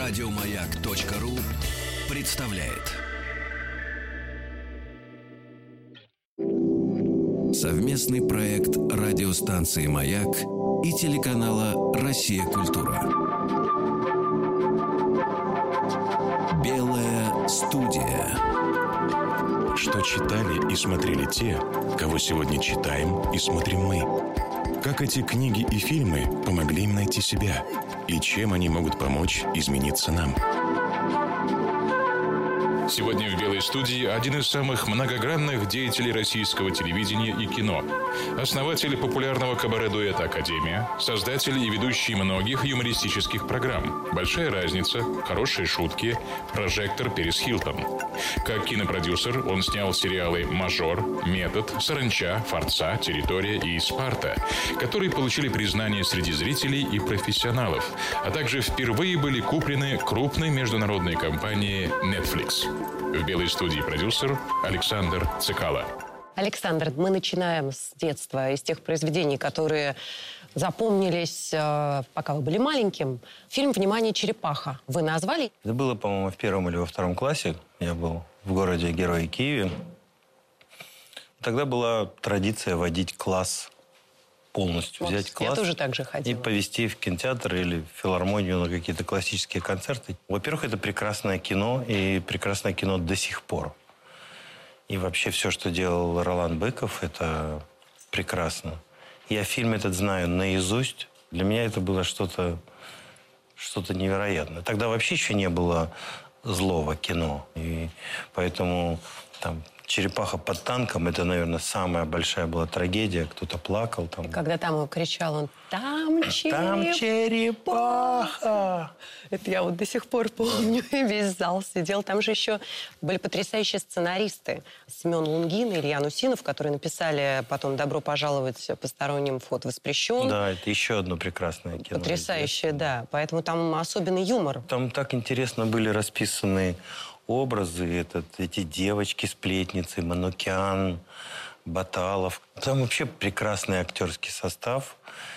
Радиомаяк.ру представляет. Совместный проект радиостанции «Маяк» и телеканала «Россия. Культура». Белая студия. Что читали и смотрели те, кого сегодня читаем и смотрим мы. Как эти книги и фильмы помогли им найти себя, и чем они могут помочь измениться нам. Сегодня в «Белой студии» один из самых многогранных деятелей российского телевидения и кино. Основатель популярного кабаре-дуэта «Академия», создатель и ведущий многих юмористических программ «Большая разница», «Хорошие шутки», «Прожектор» Пэрис Хилтон. Как кинопродюсер он снял сериалы «Мажор», «Метод», «Саранча», «Форца», «Территория» и «Спарта», которые получили признание среди зрителей и профессионалов, а также впервые были куплены крупной международной компанией Netflix. В «Белой студии» продюсер Александр Цикало. Александр, мы начинаем с детства, из тех произведений, которые запомнились, пока вы были маленьким. Фильм «Внимание, черепаха» вы назвали? Это было, по-моему, в 1 или во 2 классе. Я был в городе Герое Киеве. Тогда была традиция водить класс полностью. Вот, взять класс я тоже так же ходила. И повезти в кинотеатр или в филармонию на какие-то классические концерты. Во-первых, это прекрасное кино, и прекрасное кино до сих пор. И вообще все, что делал Ролан Быков, это прекрасно. Я фильм этот знаю наизусть. Для меня это было что-то невероятное. Тогда вообще еще не было злого кино. И поэтому там «Черепаха под танком» — это, наверное, самая большая была трагедия. Кто-то плакал там. Когда там кричал он «Там черепаха!» Там черепаха! Это я вот до сих пор помню. И весь зал сидел. Там же еще были потрясающие сценаристы. Семен Лунгин и Илья Нусинов, которые написали потом «Добро пожаловать посторонним, вход воспрещен». Да, это еще одно прекрасное кино. Потрясающее, да. Поэтому там особенный юмор. Там так интересно были расписаны образы, эти девочки-сплетницы, Манукян, Баталов. Там вообще прекрасный актерский состав.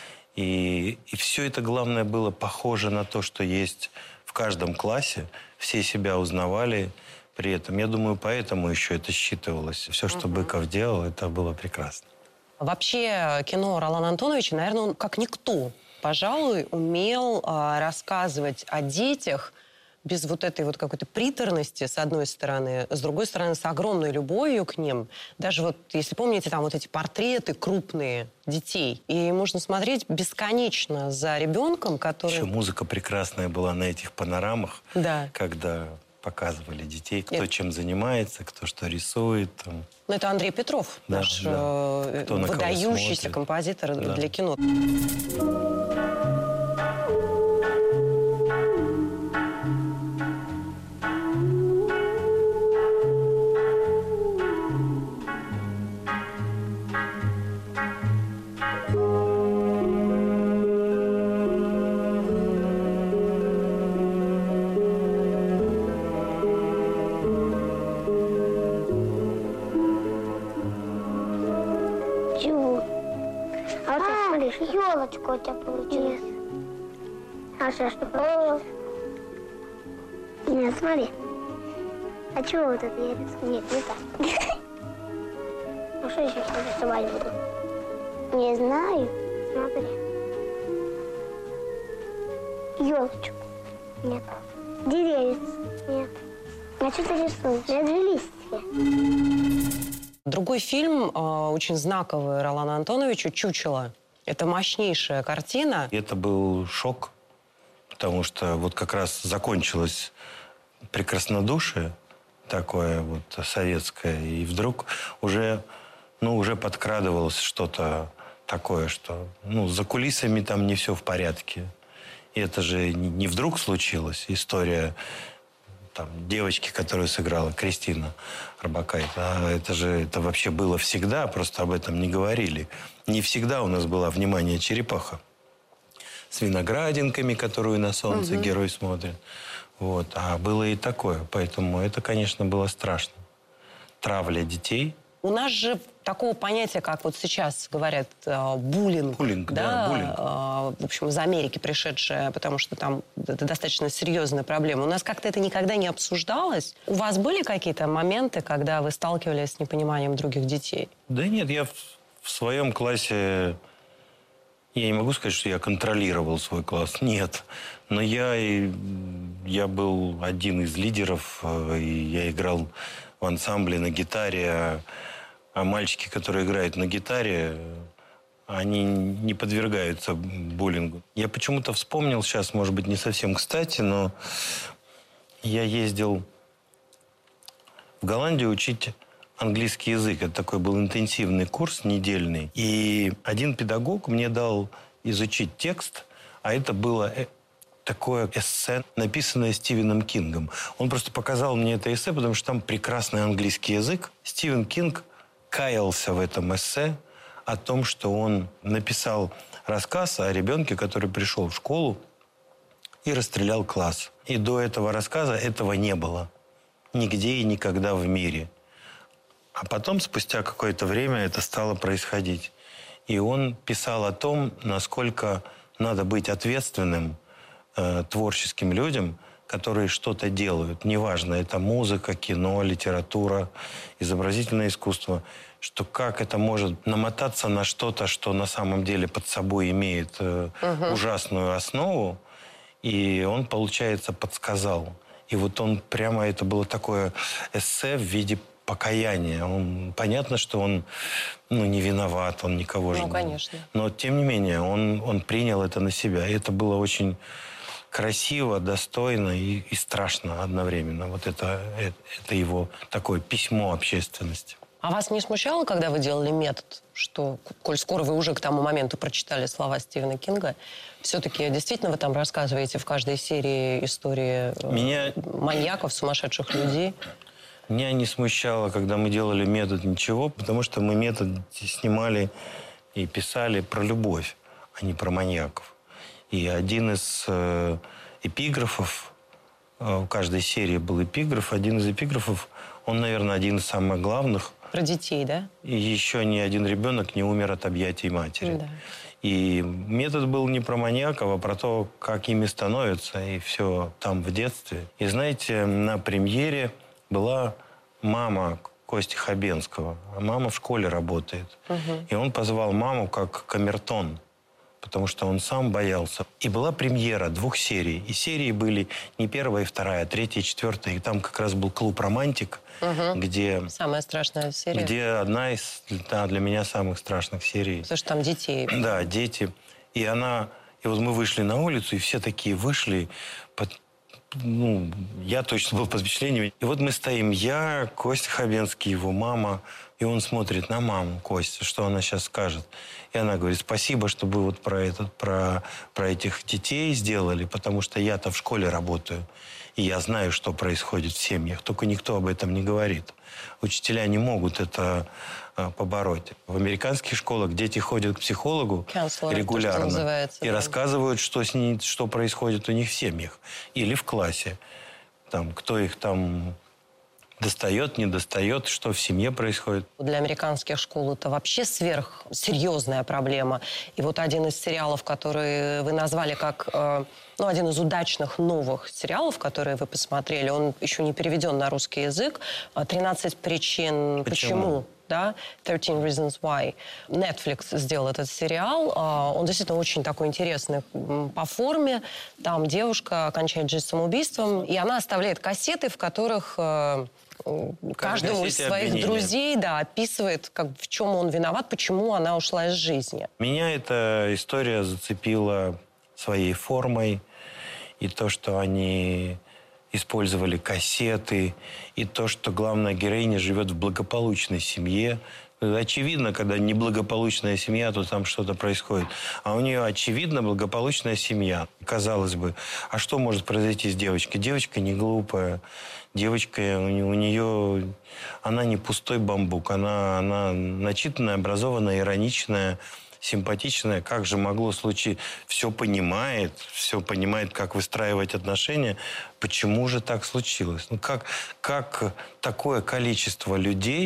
И все это, главное, было похоже на то, что есть в каждом классе. Все себя узнавали при этом. Я думаю, поэтому еще это считывалось. Все, что Быков делал, это было прекрасно. Вообще кино Ролана Антоновича, наверное, он как никто, пожалуй, умел рассказывать о детях без вот этой вот какой-то приторности, с одной стороны, с другой стороны, с огромной любовью к ним. Даже вот, если помните, там вот эти портреты крупные детей. И можно смотреть бесконечно за ребенком, который... Еще музыка прекрасная была на этих панорамах, да, когда показывали детей, кто чем занимается, кто что рисует. Там. Ну, это Андрей Петров, да, наш да. выдающийся композитор для кино. Елочка у тебя получилась. А что получилось? Нет, смотри. А чего вот это я рисую? Нет, не так. Ну что еще рисовать буду? Не знаю. Смотри. Елочку. Нет. Деревец. Нет. А что ты рисуешь? Это же листья. Другой фильм, очень знаковый Ролану Антоновичу, «Чучело». Это мощнейшая картина. Это был шок, потому что вот как раз закончилось прекраснодушие такое вот советское, и вдруг уже подкрадывалось что-то такое, что за кулисами там не все в порядке. И это же не вдруг случилось. История там девочки, которую сыграла Кристина Орбакайте. Это вообще было всегда, просто об этом не говорили. Не всегда у нас была «Внимание, черепаха» с виноградинками, которую на солнце герой смотрит. Вот. А было и такое. Поэтому это, конечно, было страшно. Травля детей. У нас же такого понятия, как вот сейчас говорят буллинг. Буллинг, да, буллинг. В общем, из Америки пришедшая, потому что там это достаточно серьезная проблема. У нас как-то это никогда не обсуждалось. У вас были какие-то моменты, когда вы сталкивались с непониманием других детей? Да нет, я в своем классе... Я не могу сказать, что я контролировал свой класс. Нет. Но я был один из лидеров, и я играл в ансамбле на гитаре. А мальчики, которые играют на гитаре, они не подвергаются буллингу. Я почему-то вспомнил сейчас, может быть, не совсем кстати, но я ездил в Голландию учить английский язык. Это такой был интенсивный курс, недельный. И один педагог мне дал изучить текст, а это было такое эссе, написанное Стивеном Кингом. Он просто показал мне это эссе, потому что там прекрасный английский язык. Стивен Кинг каялся в этом эссе о том, что он написал рассказ о ребенке, который пришел в школу и расстрелял класс. И до этого рассказа этого не было. Нигде и никогда в мире. А потом, спустя какое-то время, это стало происходить. И он писал о том, насколько надо быть ответственным творческим людям, которые что-то делают. Неважно, это музыка, кино, литература, изобразительное искусство. Что как это может намотаться на что-то, что на самом деле под собой имеет ужасную основу. И он, получается, подсказал. И вот он прямо, это было такое эссе в виде покаяния. Понятно, что он не виноват, он никого же... Ну, конечно. Но, тем не менее, он принял это на себя. И это было очень красиво, достойно и страшно одновременно. Вот это его такое письмо общественности. А вас не смущало, когда вы делали метод, что, коль скоро вы уже к тому моменту прочитали слова Стивена Кинга, все-таки действительно вы там рассказываете в каждой серии истории маньяков, сумасшедших людей? Меня не смущало, когда мы делали метод, ничего, потому что мы метод снимали и писали про любовь, а не про маньяков. И один из эпиграфов, в каждой серии был эпиграф, один из эпиграфов, он, наверное, один из самых главных. Про детей, да? И еще ни один ребенок не умер от объятий матери. Да. И метод был не про маньяков, а про то, как ими становятся, и все там в детстве. И знаете, на премьере была мама Кости Хабенского. Мама в школе работает. И он позвал маму как камертон, потому что он сам боялся. И была премьера 2 серий. И серии были не 1 и 2, а 3 и 4. И там как раз был клуб «Романтик», где... Самая страшная серия. Где одна из, для меня, самых страшных серий. Потому что там детей. Да, дети. И вот мы вышли на улицу, и все такие вышли я точно был под впечатлением. И вот мы стоим, я, Костя Хабенский, его мама, и он смотрит на маму Костя, что она сейчас скажет. И она говорит: спасибо, что вы вот про этих детей сделали, потому что я-то в школе работаю, и я знаю, что происходит в семьях, только никто об этом не говорит. Учителя не могут это побороть. В американских школах дети ходят к психологу регулярно и рассказывают, что происходит у них в семьях или в классе. Кто их там достает, не достает, что в семье происходит. Для американских школ это вообще сверхсерьезная проблема. И вот один из сериалов, который вы назвали как один из удачных новых сериалов, которые вы посмотрели, он еще не переведен на русский язык, «13 причин почему». Да, 13 Reasons Why. Netflix сделал этот сериал. Он действительно очень такой интересный по форме. Там девушка кончает жизнь самоубийством, и она оставляет кассеты, в которых каждому из своих друзей описывает, в чем он виноват, почему она ушла из жизни. Меня эта история зацепила своей формой. И то, что они использовали кассеты, и то, что главная героиня живет в благополучной семье. Очевидно, когда неблагополучная семья, то там что-то происходит. А у нее, очевидно, благополучная семья. Казалось бы, а что может произойти с девочкой? Девочка не глупая. Девочка, у нее... Она не пустой бамбук. Она начитанная, образованная, ироничная, симпатичная. Как же могло случиться? Все понимает, как выстраивать отношения. Почему же так случилось? Как такое количество людей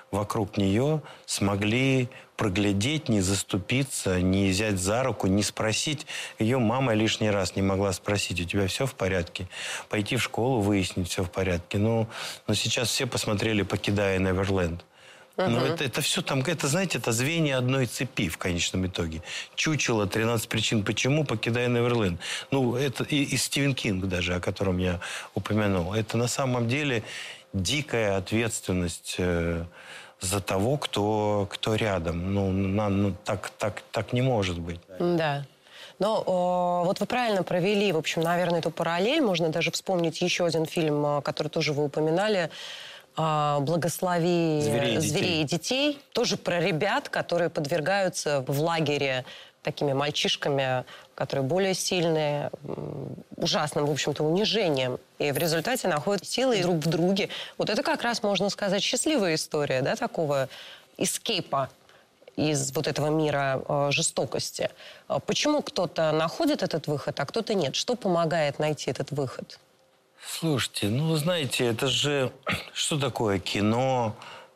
вокруг нее смогли проглядеть, не заступиться, не взять за руку, не спросить. Ее мама лишний раз не могла спросить: у тебя все в порядке? Пойти в школу, выяснить, все в порядке. Но сейчас все посмотрели «Покидая Неверленд». Но это все там, это, знаете, это звенья одной цепи в конечном итоге. Чучело, 13 причин почему, «Покидая Неверленд». Это и Стивен Кинг даже, о котором я упомянул. Это на самом деле дикая ответственность за того, кто рядом. Так не может быть. Да. Но вот вы правильно провели, в общем, наверное, эту параллель. Можно даже вспомнить еще один фильм, который тоже вы упоминали, «Благослови зверей и детей». Тоже про ребят, которые подвергаются в лагере такими мальчишками, которые более сильные, ужасным, в общем-то, унижением. И в результате находят силы друг в друге. Вот это как раз, можно сказать, счастливая история, да, такого эскейпа из вот этого мира жестокости. Почему кто-то находит этот выход, а кто-то нет? Что помогает найти этот выход? Слушайте, знаете, это же... Что такое кино,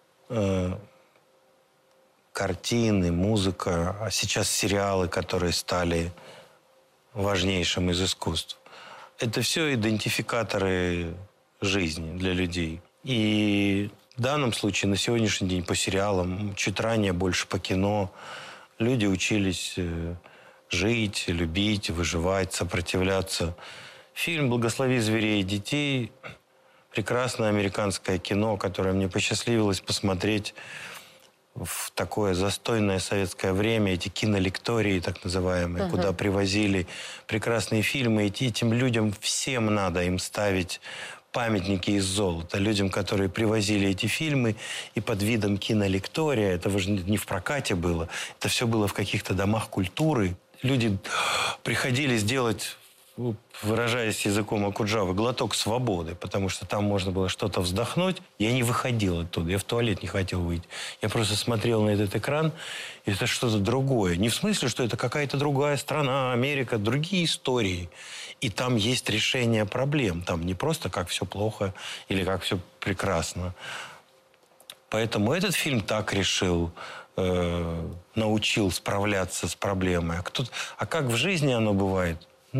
картины, музыка, а сейчас сериалы, которые стали важнейшим из искусств. Это все идентификаторы жизни для людей. И в данном случае, на сегодняшний день, по сериалам, чуть ранее больше по кино, люди учились жить, любить, выживать, сопротивляться. Фильм «Благослови зверей и детей» – прекрасное американское кино, которое мне посчастливилось посмотреть в такое застойное советское время. Эти кинолектории, так называемые, куда привозили прекрасные фильмы. И этим людям всем надо им ставить памятники из золота. Людям, которые привозили эти фильмы, и под видом кинолектория, это же не в прокате было, это все было в каких-то домах культуры. Люди приходили сделать, выражаясь языком Окуджавы, глоток свободы, потому что там можно было что-то вздохнуть. Я не выходил оттуда, я в туалет не хотел выйти. Я просто смотрел на этот экран, и это что-то другое. Не в смысле, что это какая-то другая страна, Америка, другие истории. И там есть решение проблем. Там не просто как все плохо или как все прекрасно. Поэтому этот фильм так решил, научил справляться с проблемой. А как в жизни оно бывает?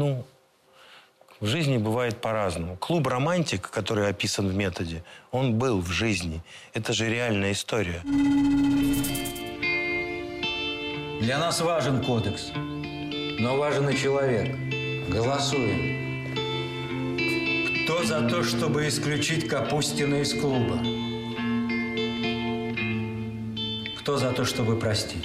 В жизни бывает по-разному. Клуб «Романтик», который описан в методе, он был в жизни. Это же реальная история. Для нас важен кодекс, но важен и человек. Голосуем. Кто за то, чтобы исключить Капустина из клуба? Кто за то, чтобы простить?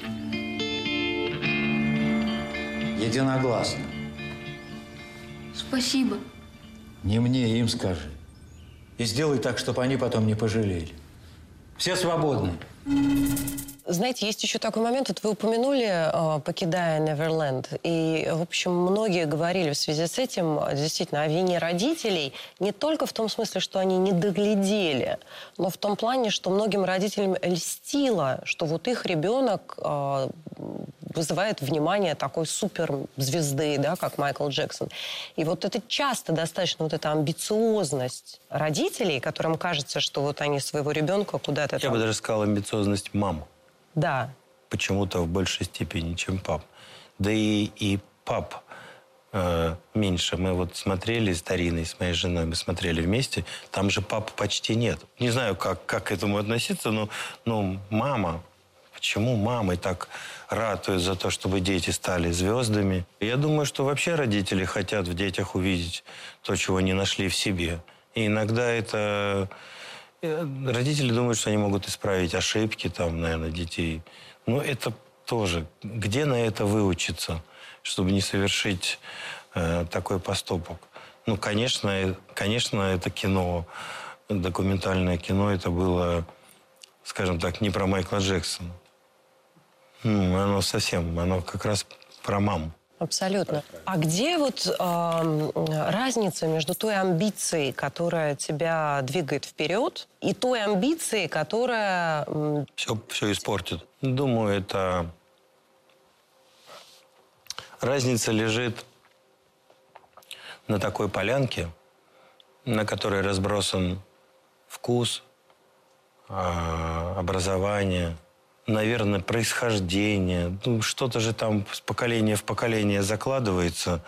Единогласно. Спасибо. Не мне, им скажи. И сделай так, чтобы они потом не пожалели. Все свободны. Знаете, есть еще такой момент. Вот вы упомянули «Покидая Неверленд». И, в общем, многие говорили в связи с этим действительно о вине родителей. Не только в том смысле, что они не доглядели, но в том плане, что многим родителям льстило, что вот их ребенок вызывает внимание такой суперзвезды, да, как Майкл Джексон. И вот это часто достаточно, вот эта амбициозность родителей, которым кажется, что вот они своего ребенка куда-то... Я бы даже сказал, амбициозность мам. Да. Почему-то в большей степени, чем пап. Да и пап меньше. Мы вот смотрели с Дариной, с моей женой, мы смотрели вместе. Там же папы почти нет. Не знаю, как к этому относиться, но мама... Почему мамы так ратуют за то, чтобы дети стали звездами? Я думаю, что вообще родители хотят в детях увидеть то, чего не нашли в себе. И иногда это... Родители думают, что они могут исправить ошибки, там, наверное, детей. Но это тоже... Где на это выучиться, чтобы не совершить такой поступок? Конечно, это кино, документальное кино, это было, скажем так, не про Майкла Джексона. Оно как раз про маму. Абсолютно. А где вот разница между той амбицией, которая тебя двигает вперед, и той амбицией, которая... Все испортит. Думаю, это... Разница лежит на такой полянке, на которой разбросан вкус, образование, наверное, происхождение. Ну, что-то же там с поколения в поколение закладывается.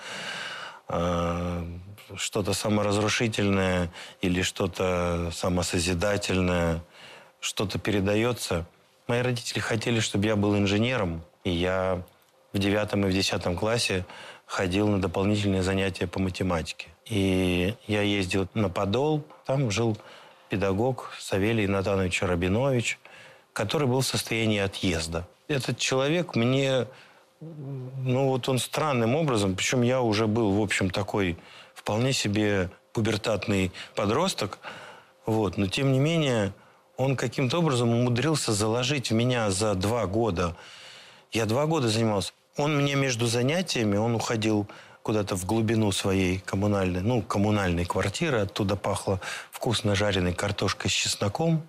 Что-то саморазрушительное или что-то самосозидательное. Что-то передается. Мои родители хотели, чтобы я был инженером. И я в 9 и в 10 классе ходил на дополнительные занятия по математике. И я ездил на Подол. Там жил педагог Савелий Натанович Рабинович, который был в состоянии отъезда. Этот человек мне... Ну, вот он странным образом... Причем я уже был, в общем, такой вполне себе пубертатный подросток. Вот, но, тем не менее, он каким-то образом умудрился заложить в меня за 2 года. Я 2 года занимался. Он мне между занятиями, он уходил куда-то в глубину своей коммунальной квартиры. Оттуда пахло вкусно жареной картошкой с чесноком.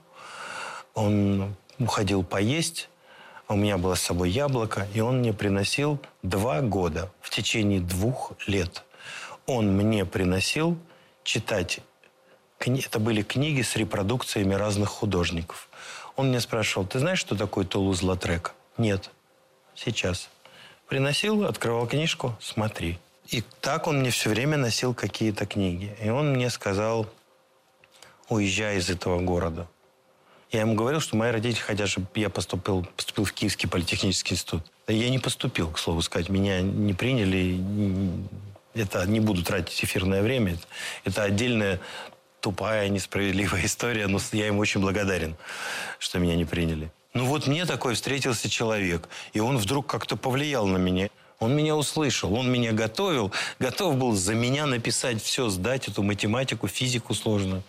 Он уходил поесть. У меня было с собой яблоко. И он мне приносил 2 года, в течение 2 лет. Он мне приносил читать. Это были книги с репродукциями разных художников. Он меня спрашивал: ты знаешь, что такое Тулуз-Латрек? Нет. Сейчас. Приносил, открывал книжку, смотри. И так он мне все время носил какие-то книги. И он мне сказал: уезжай из этого города. Я ему говорил, что мои родители хотят, чтобы я поступил в Киевский политехнический институт. Я не поступил, к слову сказать. Меня не приняли. Это не буду тратить эфирное время. Это отдельная тупая, несправедливая история. Но я им очень благодарен, что меня не приняли. Ну вот мне такой встретился человек. И он вдруг как-то повлиял на меня. Он меня услышал, он меня готовил. Готов был за меня написать все, сдать эту математику, физику сложную.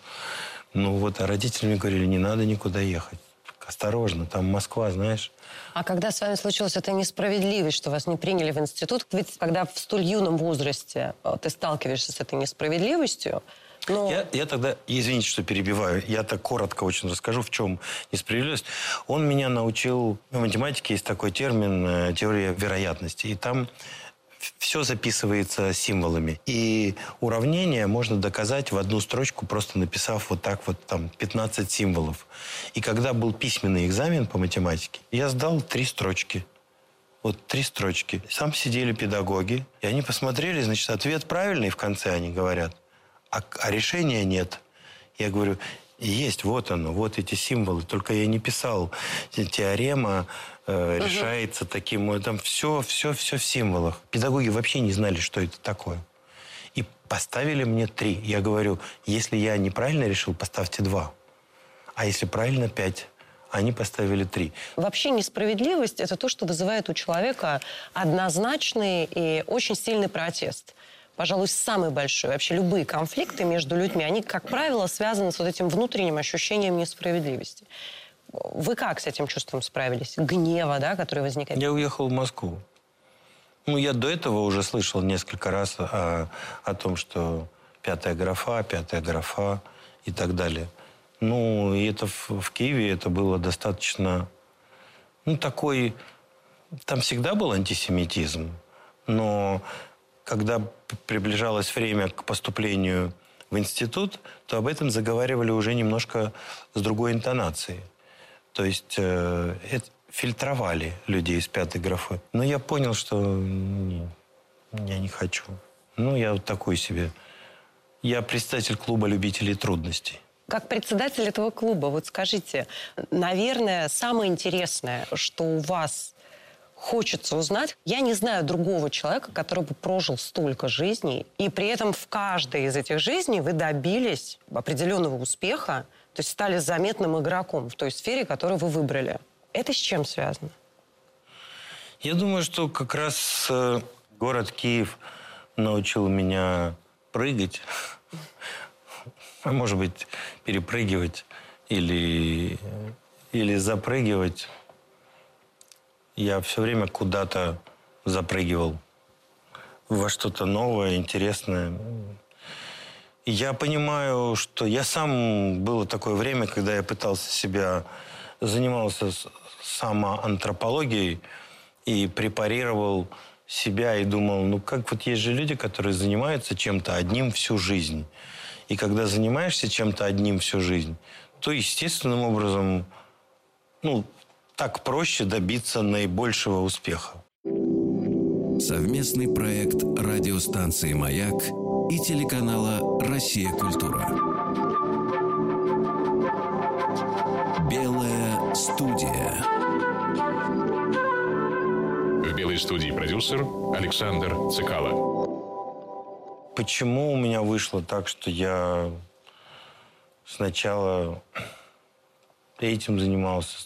Ну вот, а родители мне говорили: не надо никуда ехать. Осторожно, там Москва, знаешь. А когда с вами случилась эта несправедливость, что вас не приняли в институт, ведь когда в столь юном возрасте ты сталкиваешься с этой несправедливостью, но... Я тогда, извините, что перебиваю, я так коротко очень расскажу, в чем несправедливость. Он меня научил, в математике есть такой термин теория вероятности, и там все записывается символами. И уравнение можно доказать в одну строчку, просто написав вот так вот там 15 символов. И когда был письменный экзамен по математике, я сдал 3 строчки. Вот 3 строчки. Там сидели педагоги, и они посмотрели, значит, ответ правильный в конце, они говорят, а решения нет. Я говорю: есть, вот оно, вот эти символы. Только я не писал. Теорема решается таким... Там все в символах. Педагоги вообще не знали, что это такое. И поставили мне 3. Я говорю: если я неправильно решил, поставьте 2. А если правильно, 5. Они поставили 3. Вообще несправедливость – это то, что вызывает у человека однозначный и очень сильный протест. Пожалуй, самый большой. Вообще любые конфликты между людьми, они, как правило, связаны с вот этим внутренним ощущением несправедливости. Вы как с этим чувством справились? Гнева, да, который возникает? Я уехал в Москву. Ну, я до этого уже слышал несколько раз о том, что 5-я графа и так далее. Ну, и это в Киеве это было достаточно... Ну, такой... Там всегда был антисемитизм, но... Когда приближалось время к поступлению в институт, то об этом заговаривали уже немножко с другой интонацией. То есть фильтровали людей из 5-й графы. Но я понял, что я не хочу. Ну, я вот такой себе. Я председатель клуба любителей трудностей. Как председатель этого клуба, вот скажите, наверное, самое интересное, что у вас... Хочется узнать. Я не знаю другого человека, который бы прожил столько жизней, и при этом в каждой из этих жизней вы добились определенного успеха, то есть стали заметным игроком в той сфере, которую вы выбрали. Это с чем связано? Я думаю, что как раз город Киев научил меня прыгать, а может быть перепрыгивать или запрыгивать. Я все время куда-то запрыгивал во что-то новое, интересное. И я понимаю, что я сам... Было такое время, когда я пытался себя... Занимался самоантропологией и препарировал себя и думал, ну как вот есть же люди, которые занимаются чем-то одним всю жизнь. И когда занимаешься чем-то одним всю жизнь, то естественным образом, так проще добиться наибольшего успеха. Совместный проект радиостанции «Маяк» и телеканала «Россия. Культура». Белая студия. В белой студии продюсер Александр Цикало. Почему у меня вышло так, что я сначала этим занимался,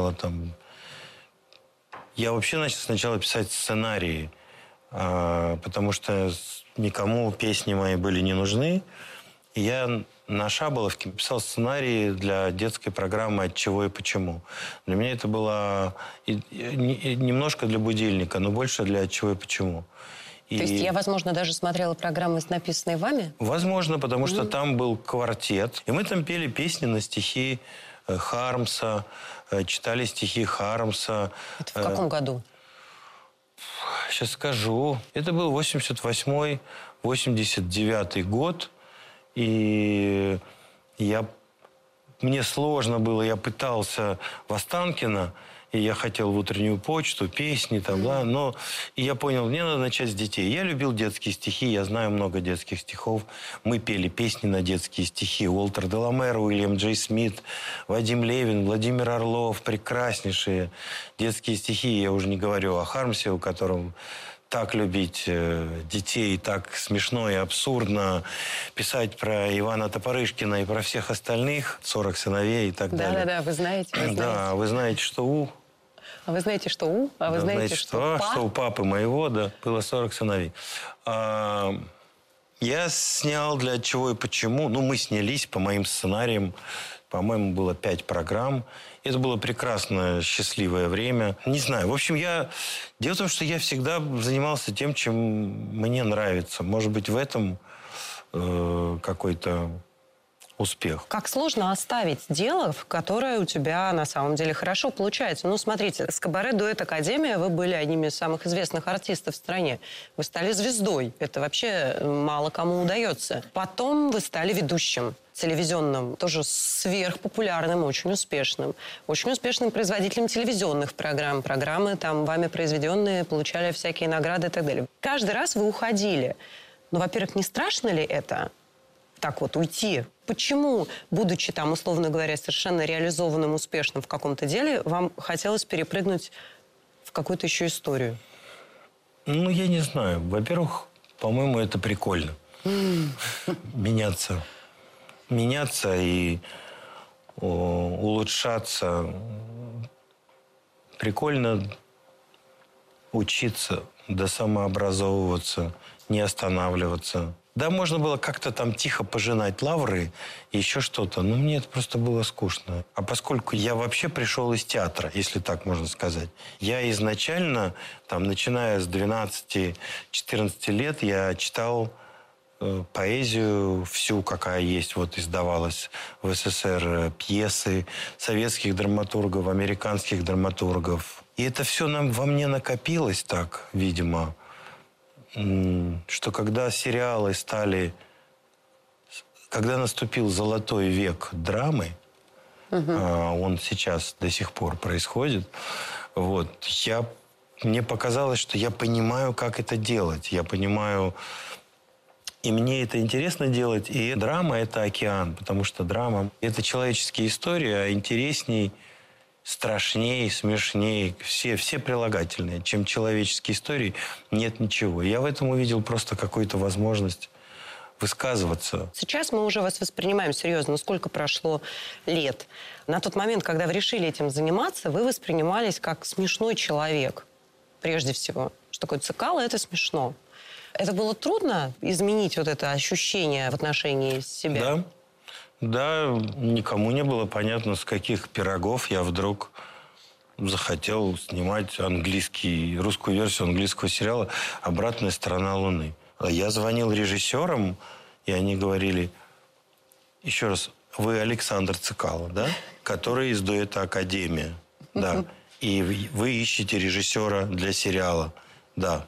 Я вообще начал сначала писать сценарии, потому что никому песни мои были не нужны. И я на Шаболовке писал сценарии для детской программы «Отчего и почему». Для меня это было немножко для будильника, но больше для «Отчего и почему». То есть я, возможно, даже смотрела программы, написанные вами? Возможно, потому что там был квартет. И мы там пели песни на стихи Хармса, читали стихи Хармса. Это в каком году? Сейчас скажу. Это был 88-й, 89-й год. И мне сложно было. Я пытался в Останкино, и я хотел в утреннюю почту, песни там, да. Но я понял, мне надо начать с детей. Я любил детские стихи, я знаю много детских стихов. Мы пели песни на детские стихи. Уолтер Деламер, Уильям Джей Смит, Вадим Левин, Владимир Орлов. Прекраснейшие детские стихи. Я уже не говорю о Хармсе, у которого так любить детей, так смешно и абсурдно писать про Ивана Топорышкина и про всех остальных, 40 сыновей и так далее. Да-да-да, вы знаете. Да, вы знаете, что А вы знаете, что А вы знаете, что у папы моего, было 40 сыновей. Я снял «Для чего и почему». Мы снялись по моим сценариям. По-моему, было 5 программ. Это было прекрасное, счастливое время. Не знаю. В общем, дело в том, что я всегда занимался тем, чем мне нравится. Может быть, в этом какой-то успех. Как сложно оставить дело, которое у тебя на самом деле хорошо получается. Смотрите, с «Кабаре-дуэт Академия» вы были одними из самых известных артистов в стране. Вы стали звездой. Это вообще мало кому удается. Потом вы стали ведущим телевизионным, тоже сверхпопулярным, очень успешным производителем телевизионных программ. Программы там вами произведенные получали всякие награды и так далее. Каждый раз вы уходили. Но, во-первых, не страшно ли это? Так вот, уйти. Почему, будучи там, условно говоря, совершенно реализованным, успешным в каком-то деле, вам хотелось перепрыгнуть в какую-то еще историю? Я не знаю. Во-первых, по-моему, это прикольно. Меняться и улучшаться. Прикольно учиться, самообразовываться, не останавливаться. Да, можно было как-то там тихо пожинать лавры и еще что-то, но мне это просто было скучно. А поскольку я вообще пришел из театра, если так можно сказать, я изначально, начиная с 12-14 лет, я читал поэзию всю, какая есть, издавалась в СССР, пьесы советских драматургов, американских драматургов. И это все во мне накопилось так, видимо, что когда сериалы когда наступил золотой век драмы, он сейчас до сих пор происходит, мне показалось, что я понимаю, как это делать. Я понимаю, и мне это интересно делать. И драма – это океан, потому что драма – это человеческие истории, а интересней, страшней, смешней, все прилагательные. Чем человеческие истории, нет ничего. Я в этом увидел просто какую-то возможность высказываться. Сейчас мы уже вас воспринимаем серьезно. Сколько прошло лет? На тот момент, когда вы решили этим заниматься, вы воспринимались как смешной человек. Прежде всего. Что такое Цикало – это смешно. Это было трудно изменить это ощущение в отношении себя? Да, никому не было понятно, с каких пирогов я вдруг захотел снимать русскую версию английского сериала «Обратная сторона Луны». Я звонил режиссерам, и они говорили, еще раз, вы Александр Цикало, да? Который из дуэта «Академия». Да. И вы ищете режиссера для сериала. Да.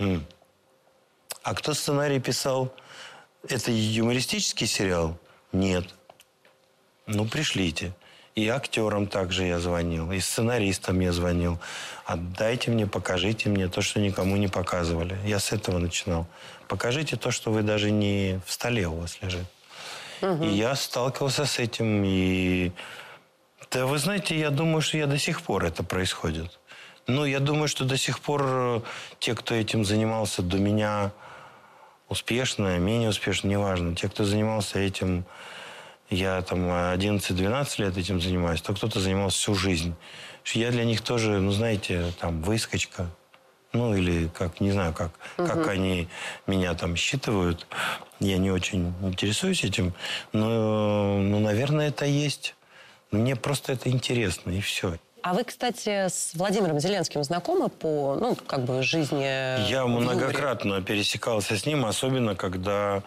А кто сценарий писал? Это юмористический сериал? Нет. Ну, пришлите. И актерам также я звонил, и сценаристам я звонил. Отдайте мне, покажите мне то, что никому не показывали. Я с этого начинал. Покажите то, что вы даже не в столе у вас лежит. И я сталкивался с этим. И да, вы знаете, я думаю, что до сих пор это происходит. Ну, я думаю, что до сих пор те, кто этим занимался до меня, успешно, менее успешно, неважно. Те, кто занимался этим, я там 11-12 лет этим занимаюсь, то кто-то занимался всю жизнь. Я для них тоже, ну, знаете, там, выскочка. Ну, или как, не знаю, как они меня там считывают. Я не очень интересуюсь этим. Но, наверное, это есть. Мне просто это интересно, и все. А вы, кстати, с Владимиром Зеленским знакомы по, ну, как бы, жизни? Я многократно пересекался с ним, особенно когда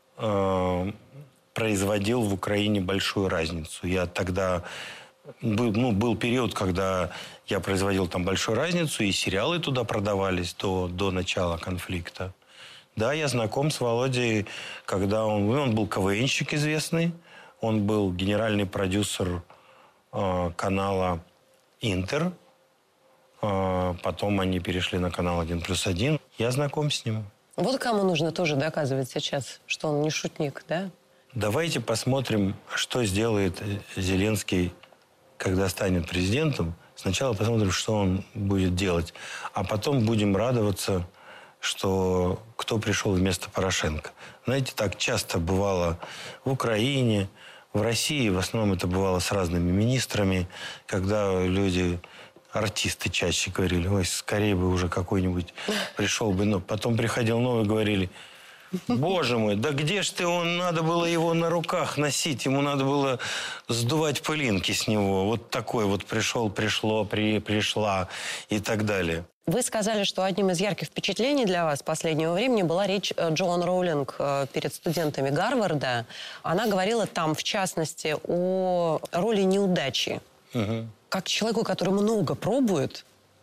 производил в Украине большую разницу. Я тогда... Был период, когда я производил там большую разницу, и сериалы туда продавались до начала конфликта. Да, я знаком с Володей, когда он был КВНщик известный, он был генеральный продюсер канала «Интер». Потом они перешли на канал «1+1». Я знаком с ним. Вот кому нужно тоже доказывать сейчас, что он не шутник, да? Давайте посмотрим, что сделает Зеленский, когда станет президентом. Сначала посмотрим, что он будет делать. А потом будем радоваться, что кто пришел вместо Порошенко. Знаете, так часто бывало в Украине, в России. В основном это бывало с разными министрами, когда люди, артисты чаще говорили: ой, скорее бы уже какой-нибудь пришел бы. Но потом приходил новый, говорили: боже мой, да где ж ты, надо было его на руках носить, ему надо было сдувать пылинки с него. Вот такой вот пришла и так далее. Вы сказали, что одним из ярких впечатлений для вас последнего времени была речь Джоан Роулинг перед студентами Гарварда. Она говорила там, в частности, о роли неудачи. Как человеку, который много пробует,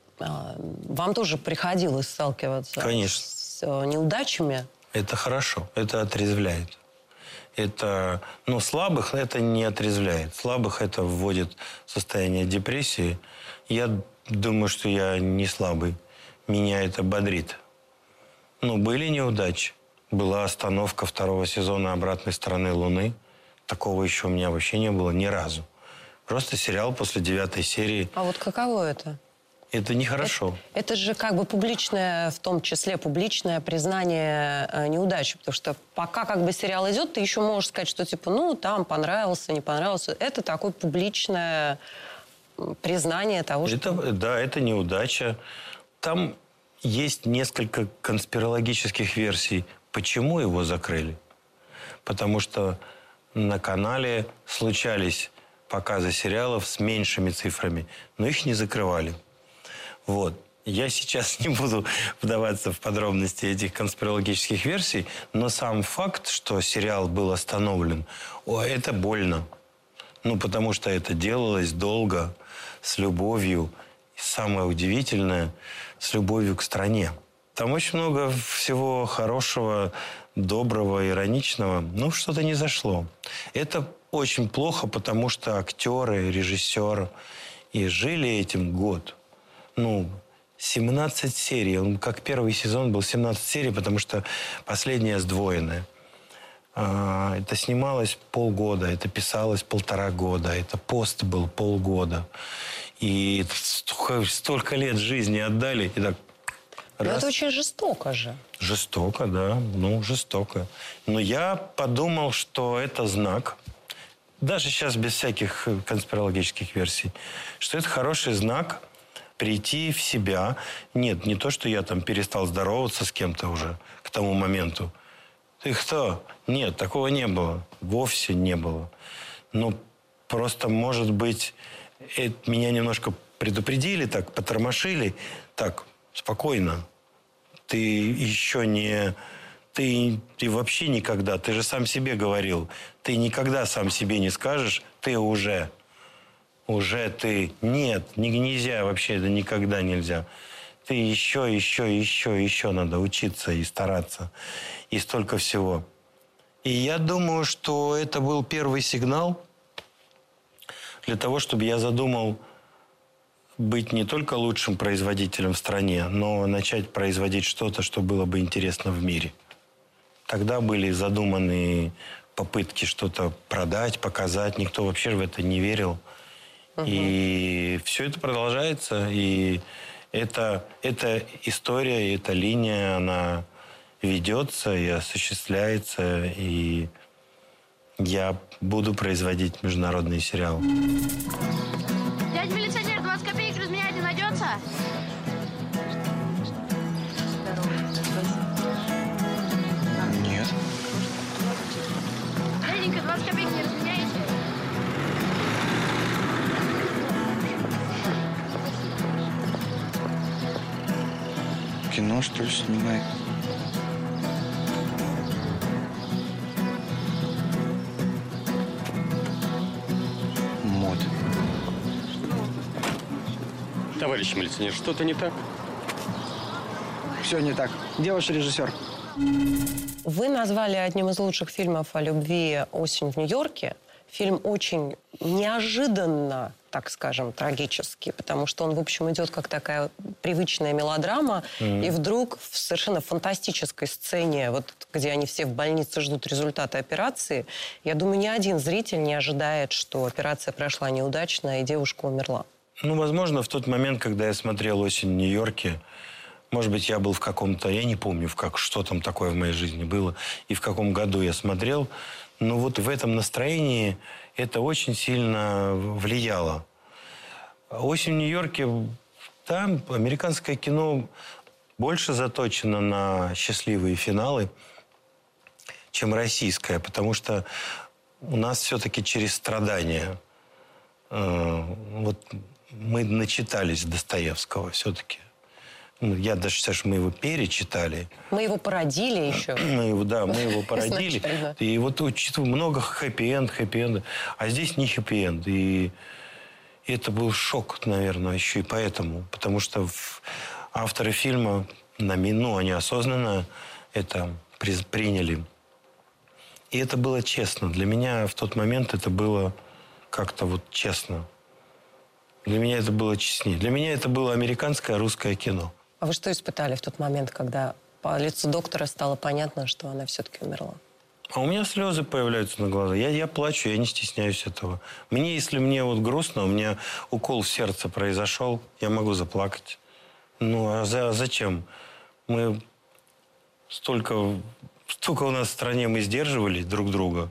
вам тоже приходилось сталкиваться, конечно, с неудачами? Это хорошо, это отрезвляет. Это, слабых это не отрезвляет. Слабых это вводит в состояние депрессии. Я думаю, что я не слабый. Меня это бодрит. Были неудачи. Была остановка 2-го сезона «Обратной стороны Луны». Такого еще у меня вообще не было ни разу. Просто сериал после 9-й серии. А вот каково это? Это нехорошо. Это же как бы публичное, в том числе публичное признание неудачи. Потому что пока как бы сериал идет, ты еще можешь сказать, что типа, там понравился, не понравился. Это такое публичное признание того, что... Да, это неудача. Там есть несколько конспирологических версий, почему его закрыли. Потому что на канале случались показы сериалов с меньшими цифрами, но их не закрывали. Вот. Я сейчас не буду вдаваться в подробности этих конспирологических версий, но сам факт, что сериал был остановлен, это больно. Потому что это делалось долго, с любовью. И самое удивительное, с любовью к стране. Там очень много всего хорошего, доброго, ироничного. Что-то не зашло. Это очень плохо, потому что актеры, режиссер и жили этим год. 17 серий. Как первый сезон был 17 серий, потому что последняя сдвоенная. Это снималось полгода, это писалось 1,5 года, это пост был полгода. И столько лет жизни отдали. И так, это очень жестоко же. Жестоко, да. Жестоко. Но я подумал, что это знак, даже сейчас без всяких конспирологических версий, что это хороший знак прийти в себя. Нет, не то, что я там перестал здороваться с кем-то уже к тому моменту. Ты кто? Нет, такого не было. Вовсе не было. Просто, может быть, меня немножко предупредили, так, потормошили. Так, спокойно. Ты еще не... Ты вообще никогда... Ты же сам себе говорил. Ты никогда сам себе не скажешь, ты уже ты... Нет, нельзя вообще, это никогда нельзя. Ты еще надо учиться и стараться. И столько всего. И я думаю, что это был первый сигнал для того, чтобы я задумал быть не только лучшим производителем в стране, но начать производить что-то, что было бы интересно в мире. Тогда были задуманы попытки что-то продать, показать. Никто вообще в это не верил. И все это продолжается. И эта история, эта линия, она ведется и осуществляется. И я буду производить международные сериалы. Дядя милиционер, 20 копеек разменять не найдется? Нет. Дяденька, 20 копеек не разменяете? Кино, что ли, снимает? Мод. Товарищ милиционер, что-то не так? Все не так. Где ваш режиссер? Вы назвали одним из лучших фильмов о любви «Осень в Нью-Йорке». Фильм очень неожиданно, так скажем, трагический, потому что он, в общем, идет как такая привычная мелодрама, и вдруг в совершенно фантастической сцене, вот где они все в больнице ждут результата операции, я думаю, ни один зритель не ожидает, что операция прошла неудачно, и девушка умерла. Ну, возможно, в тот момент, когда я смотрел «Осень в Нью-Йорке», может быть, я был в каком-то... Я не помню, что там такое в моей жизни было, и в каком году я смотрел. Но вот в этом настроении это очень сильно влияло. «Осень в Нью-Йорке», там американское кино больше заточено на счастливые финалы, чем российское, потому что у нас все-таки через страдания. Вот мы начитались Достоевского все-таки. Я даже считаю, что мы его перечитали. Мы его породили еще. Мы его породили. Изначально. И вот учитывая много хэппи-энда. А здесь не хэппи-энд. И это был шок, наверное, еще и поэтому. Потому что авторы фильма, они осознанно это приняли. И это было честно. Для меня в тот момент это было как-то вот честно. Для меня это было честнее. Для меня это было американское русское кино. А вы что испытали в тот момент, когда по лицу доктора стало понятно, что она все-таки умерла? А у меня слезы появляются на глаза. Я плачу, я не стесняюсь этого. Если мне вот грустно, у меня укол в сердце произошел, я могу заплакать. Ну, а зачем? Мы столько у нас в стране мы сдерживали друг друга.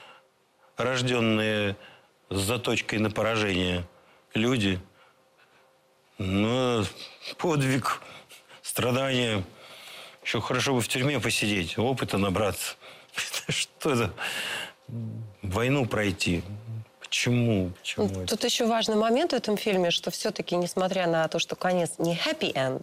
Рожденные с заточкой на поражение люди. Ну, подвиг, страдания. Еще хорошо бы в тюрьме посидеть, опыта набраться. Что это? Войну пройти. Почему? Тут еще важный момент в этом фильме, что все-таки, несмотря на то, что конец не happy end,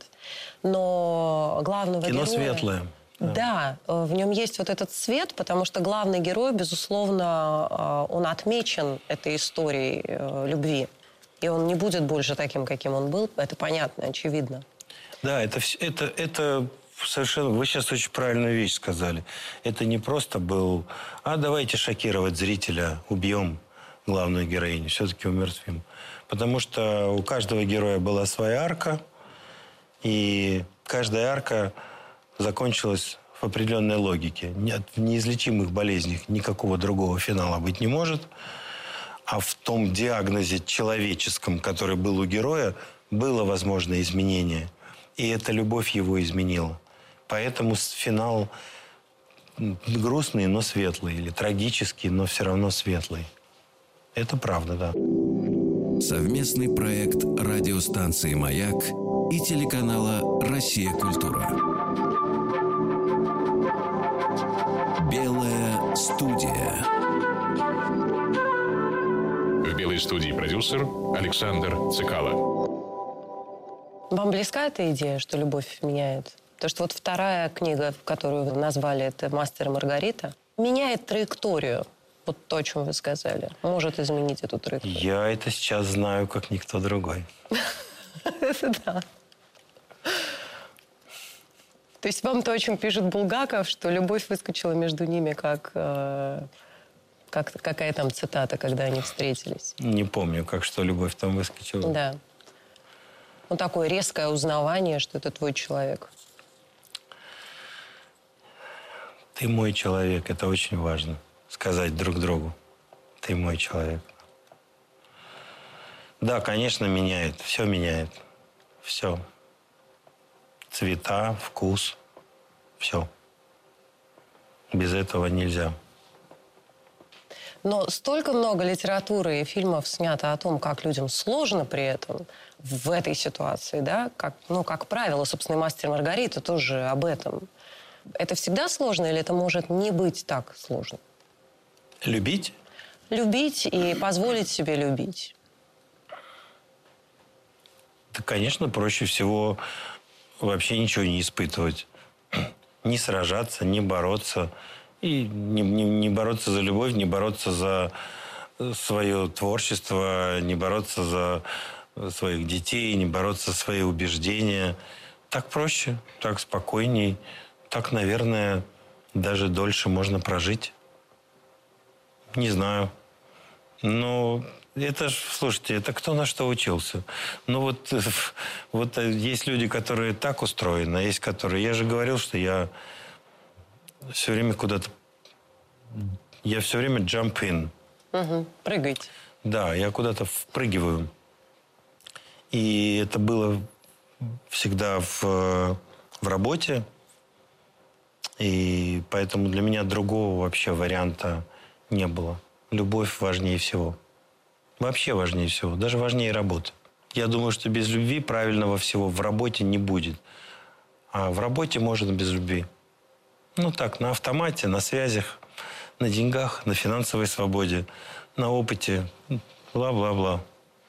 но главного кино героя... светлое. Да, в нем есть вот этот свет, потому что главный герой, безусловно, он отмечен этой историей любви. И он не будет больше таким, каким он был. Это понятно, очевидно. Да, это совершенно... Вы сейчас очень правильную вещь сказали. Это не просто был... давайте шокировать зрителя, убьем главную героиню, все-таки умертвим. Потому что у каждого героя была своя арка, и каждая арка закончилась в определенной логике. В неизлечимых болезнях никакого другого финала быть не может. А в том диагнозе человеческом, который был у героя, было возможно изменение. И эта любовь его изменила. Поэтому финал грустный, но светлый. Или трагический, но все равно светлый. Это правда, да. Совместный проект радиостанции «Маяк» и телеканала «Россия. Культура». Белая студия. В белой студии продюсер Александр Цикало. Вам близка эта идея, что любовь меняет? Потому что вот вторая книга, которую вы назвали, это «Мастер и Маргарита», меняет траекторию. Вот то, о чем вы сказали. Может изменить эту траекторию. Я это сейчас знаю, как никто другой. Это да. То есть вам то, о чем пишет Булгаков, что любовь выскочила между ними как Какая там цитата, когда они встретились? Не помню, как что любовь там выскочила. Да. Ну, такое резкое узнавание, что это твой человек. Ты мой человек, это очень важно. Сказать друг другу. Ты мой человек. Да, конечно, меняет. Все меняет. Все. Цвета, вкус. Все. Без этого нельзя. Но столько много литературы и фильмов снято о том, как людям сложно при этом в этой ситуации, да? Как правило, собственно, и «Мастер и Маргарита» тоже об этом. Это всегда сложно или это может не быть так сложно? Любить? Любить и позволить себе любить. Да, конечно, проще всего вообще ничего не испытывать. Не сражаться, не бороться. И не бороться за любовь, не бороться за свое творчество, не бороться за своих детей, не бороться за свои убеждения. Так проще, так спокойней. Так, наверное, даже дольше можно прожить. Не знаю. Но это ж, слушайте, это кто на что учился? Ну вот есть люди, которые так устроены, а есть которые... Я же говорил, что я все время куда-то... Я все время jump in. Прыгать. Да, я куда-то впрыгиваю. И это было всегда в работе. И поэтому для меня другого вообще варианта не было. Любовь важнее всего. Вообще важнее всего. Даже важнее работы. Я думаю, что без любви правильного всего в работе не будет. А в работе можно без любви. Ну так, на автомате, на связях, на деньгах, на финансовой свободе, на опыте, бла-бла-бла.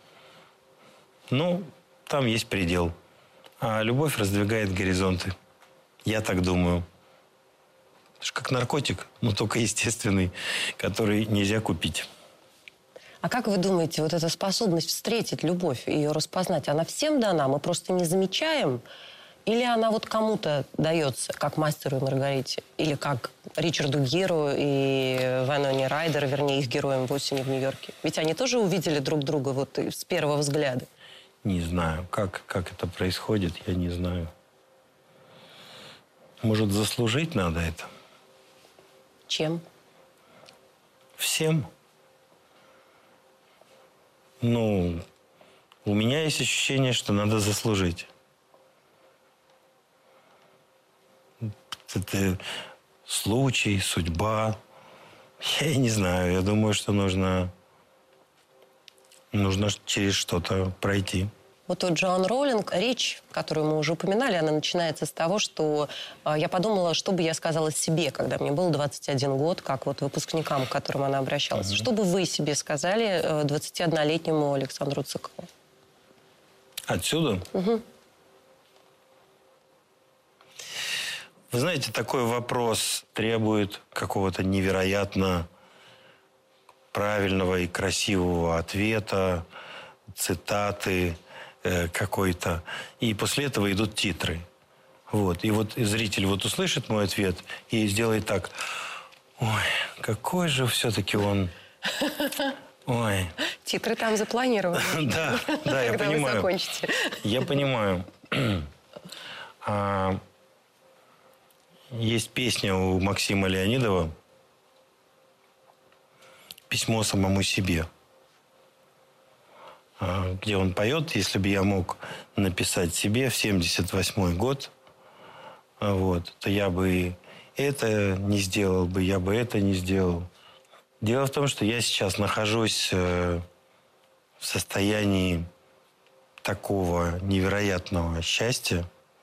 Ну, там есть предел. А любовь раздвигает горизонты. Я так думаю. Это же как наркотик, но только естественный, который нельзя купить. А как вы думаете, вот эта способность встретить любовь, ее распознать, она всем дана? Мы просто не замечаем? Или она вот кому-то дается, как «Мастеру и Маргарите»? Или как Ричарду Гиру и Вайноне Райдер, вернее, их героям в «Осени в Нью-Йорке»? Ведь они тоже увидели друг друга вот с первого взгляда. Не знаю, как это происходит, я не знаю. Может, заслужить надо это? Чем? Всем. Ну, у меня есть ощущение, что надо заслужить. Это случай, судьба. Я не знаю. Я думаю, что нужно через что-то пройти. Вот у Джоан Роулинг речь, которую мы уже упоминали, она начинается с того, что я подумала, что бы я сказала себе, когда мне было 21 год, как вот выпускникам, к которым она обращалась. Что бы вы себе сказали 21-летнему Александру Цыкову? Отсюда? Угу. Вы знаете, такой вопрос требует какого-то невероятно правильного и красивого ответа, цитаты какой-то. И после этого идут титры. Вот. И вот зритель вот услышит мой ответ и сделает так. Ой, какой же все-таки он... Ой. Титры там запланированы. Да, я понимаю. Когда вы закончите. Я понимаю. Есть песня у Максима Леонидова «Письмо самому себе», где он поет: «Если бы я мог написать себе в 78-й год, вот, то я бы это не сделал бы, я бы это не сделал». Дело в том, что я сейчас нахожусь в состоянии такого невероятного счастья,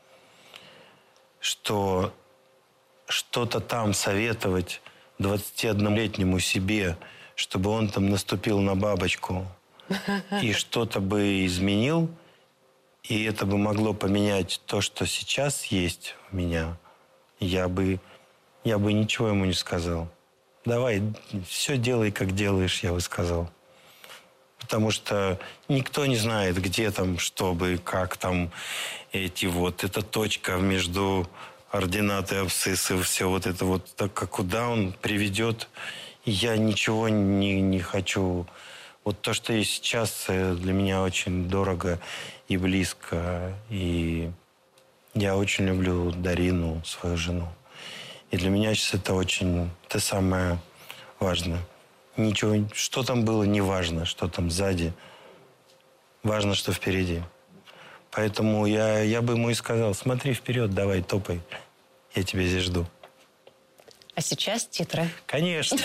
что что-то там советовать 21-летнему себе, чтобы он там наступил на бабочку и что-то бы изменил, и это бы могло поменять то, что сейчас есть у меня, я бы ничего ему не сказал. Давай, все делай, как делаешь, я бы сказал. Потому что никто не знает, где там, чтобы, как там эта точка между ординаты, абсциссы, все вот это вот, так, куда он приведет я ничего не хочу. Вот то, что есть сейчас, для меня очень дорого и близко. И я очень люблю Дарину, свою жену. И для меня сейчас это самое важное. Ничего, что там было, не важно, что там сзади. Важно, что впереди. Поэтому я бы ему и сказал: смотри вперед, давай, топай. Я тебя здесь жду. А сейчас титры. Конечно.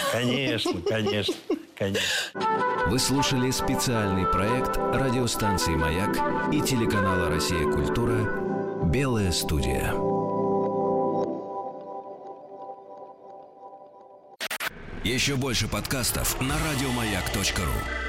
Вы слушали специальный проект радиостанции «Маяк» и телеканала «Россия. Культура» «Белая студия». Еще больше подкастов на радиомаяк.ру.